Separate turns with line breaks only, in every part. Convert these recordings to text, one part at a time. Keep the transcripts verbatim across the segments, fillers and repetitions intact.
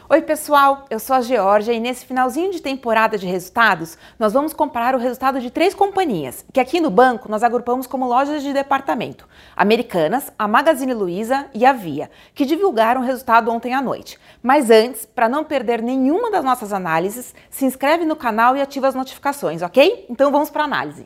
Oi pessoal, eu sou a Georgia e nesse finalzinho de temporada de resultados, nós vamos comparar o resultado de três companhias, que aqui no banco nós agrupamos como lojas de departamento, Americanas, a Magazine Luiza e a Via, que divulgaram o resultado ontem à noite. Mas antes, para não perder nenhuma das nossas análises, se inscreve no canal e ativa as notificações, ok? Então vamos para a análise.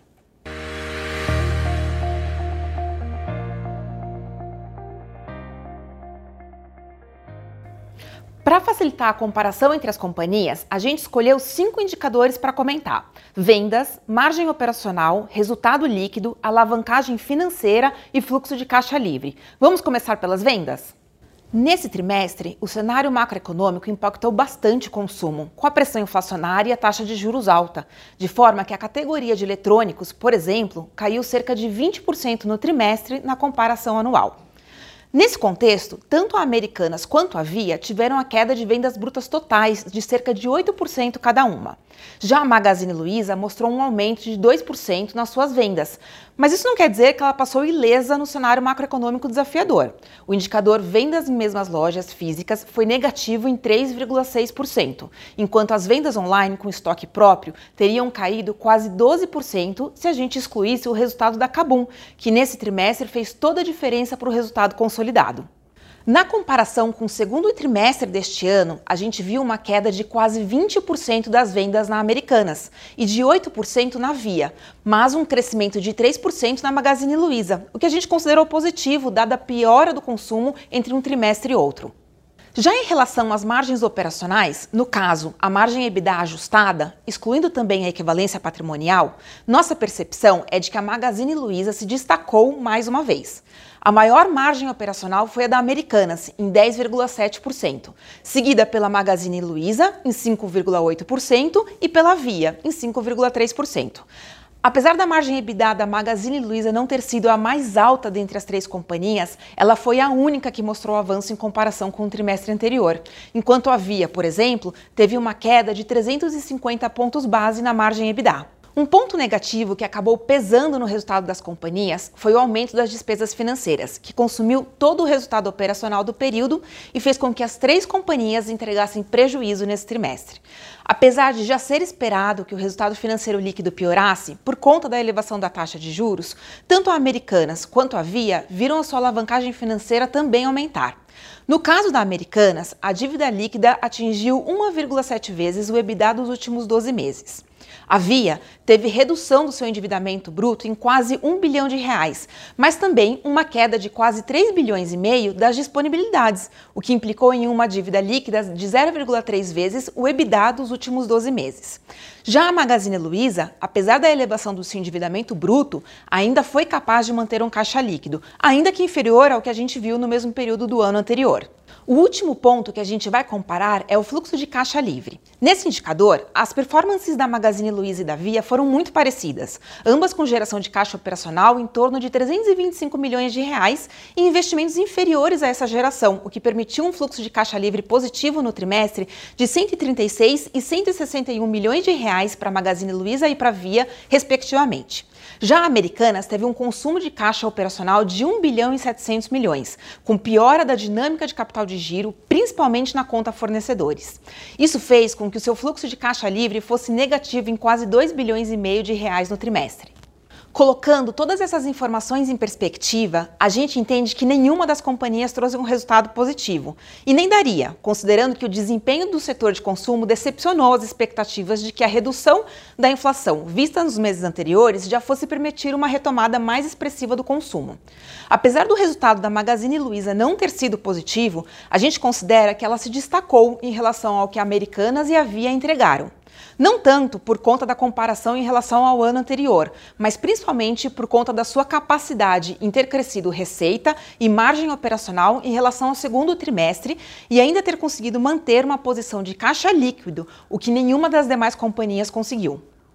Para facilitar a comparação entre as companhias, a gente escolheu cinco indicadores para comentar: vendas, margem operacional, resultado líquido, alavancagem financeira e fluxo de caixa livre. Vamos começar pelas vendas? Nesse trimestre, o cenário macroeconômico impactou bastante o consumo, com a pressão inflacionária e a taxa de juros alta, de forma que a categoria de eletrônicos, por exemplo, caiu cerca de vinte por cento no trimestre na comparação anual. Nesse contexto, tanto a Americanas quanto a Via tiveram a queda de vendas brutas totais de cerca de oito por cento cada uma. Já a Magazine Luiza mostrou um aumento de dois por cento nas suas vendas, mas isso não quer dizer que ela passou ilesa no cenário macroeconômico desafiador. O indicador vendas em mesmas lojas físicas foi negativo em três vírgula seis por cento, enquanto as vendas online com estoque próprio teriam caído quase doze por cento se a gente excluísse o resultado da Kabum, que nesse trimestre fez toda a diferença para o resultado consolidado. Na comparação com o segundo trimestre deste ano, a gente viu uma queda de quase vinte por cento das vendas na Americanas e de oito por cento na Via, mas um crescimento de três por cento na Magazine Luiza, o que a gente considerou positivo, dada a piora do consumo entre um trimestre e outro. Já em relação às margens operacionais, no caso, a margem EBITDA ajustada, excluindo também a equivalência patrimonial, nossa percepção é de que a Magazine Luiza se destacou mais uma vez. A maior margem operacional foi a da Americanas, em dez vírgula sete por cento, seguida pela Magazine Luiza, em cinco vírgula oito por cento, e pela Via, em cinco vírgula três por cento. Apesar da margem EBITDA da Magazine Luiza não ter sido a mais alta dentre as três companhias, ela foi a única que mostrou avanço em comparação com o trimestre anterior, enquanto a Via, por exemplo, teve uma queda de trezentos e cinquenta pontos base na margem EBITDA. Um ponto negativo que acabou pesando no resultado das companhias foi o aumento das despesas financeiras, que consumiu todo o resultado operacional do período e fez com que as três companhias entregassem prejuízo nesse trimestre. Apesar de já ser esperado que o resultado financeiro líquido piorasse por conta da elevação da taxa de juros, tanto a Americanas quanto a Via viram a sua alavancagem financeira também aumentar. No caso da Americanas, a dívida líquida atingiu uma vírgula sete vezes o EBITDA dos últimos doze meses. A Via teve redução do seu endividamento bruto em quase um bilhão de reais, mas também uma queda de quase três bilhões e meio das disponibilidades, o que implicou em uma dívida líquida de zero vírgula três vezes o EBITDA dos últimos doze meses. Já a Magazine Luiza, apesar da elevação do seu endividamento bruto, ainda foi capaz de manter um caixa líquido, ainda que inferior ao que a gente viu no mesmo período do ano anterior. O último ponto que a gente vai comparar é o fluxo de caixa livre. Nesse indicador, as performances da Magazine Luiza e da Via foram muito parecidas, ambas com geração de caixa operacional em torno de trezentos e vinte e cinco milhões de reais e investimentos inferiores a essa geração, o que permitiu um fluxo de caixa livre positivo no trimestre de cento e trinta e seis e cento e sessenta e um milhões de reais para a Magazine Luiza e para a Via, respectivamente. Já a Americanas teve um consumo de caixa operacional de um bilhão e setecentos milhões, com piora da dinâmica de capital de giro, principalmente na conta fornecedores. Isso fez com que o seu fluxo de caixa livre fosse negativo em quase dois bilhões e meio de reais no trimestre. Colocando todas essas informações em perspectiva, a gente entende que nenhuma das companhias trouxe um resultado positivo. E nem daria, considerando que o desempenho do setor de consumo decepcionou as expectativas de que a redução da inflação vista nos meses anteriores já fosse permitir uma retomada mais expressiva do consumo. Apesar do resultado da Magazine Luiza não ter sido positivo, a gente considera que ela se destacou em relação ao que a Americanas e a Via entregaram. Não tanto por conta da comparação em relação ao ano anterior, mas principalmente por conta da sua capacidade em ter crescido receita e margem operacional em relação ao segundo trimestre e ainda ter conseguido manter uma posição de caixa líquido, o que nenhuma das demais companhias conseguiu.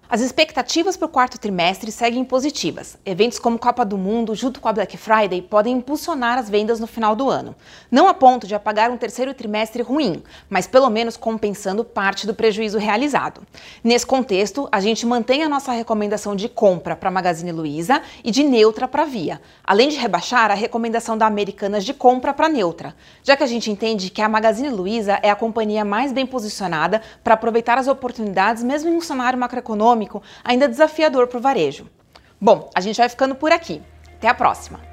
As expectativas para o quarto trimestre seguem positivas. Eventos como Copa do Mundo, junto com a Black Friday, podem impulsionar as vendas no final do ano. Não a ponto de apagar um terceiro trimestre ruim, mas pelo menos compensando parte do prejuízo realizado. Nesse contexto, a gente mantém a nossa recomendação de compra para a Magazine Luiza e de neutra para a Via, além de rebaixar a recomendação da Americanas de compra para neutra, já que a gente entende que a Magazine Luiza é a companhia mais bem posicionada para aproveitar as oportunidades mesmo em um cenário macroeconômico ainda desafiador para o varejo. Bom, a gente vai ficando por aqui. Até a próxima!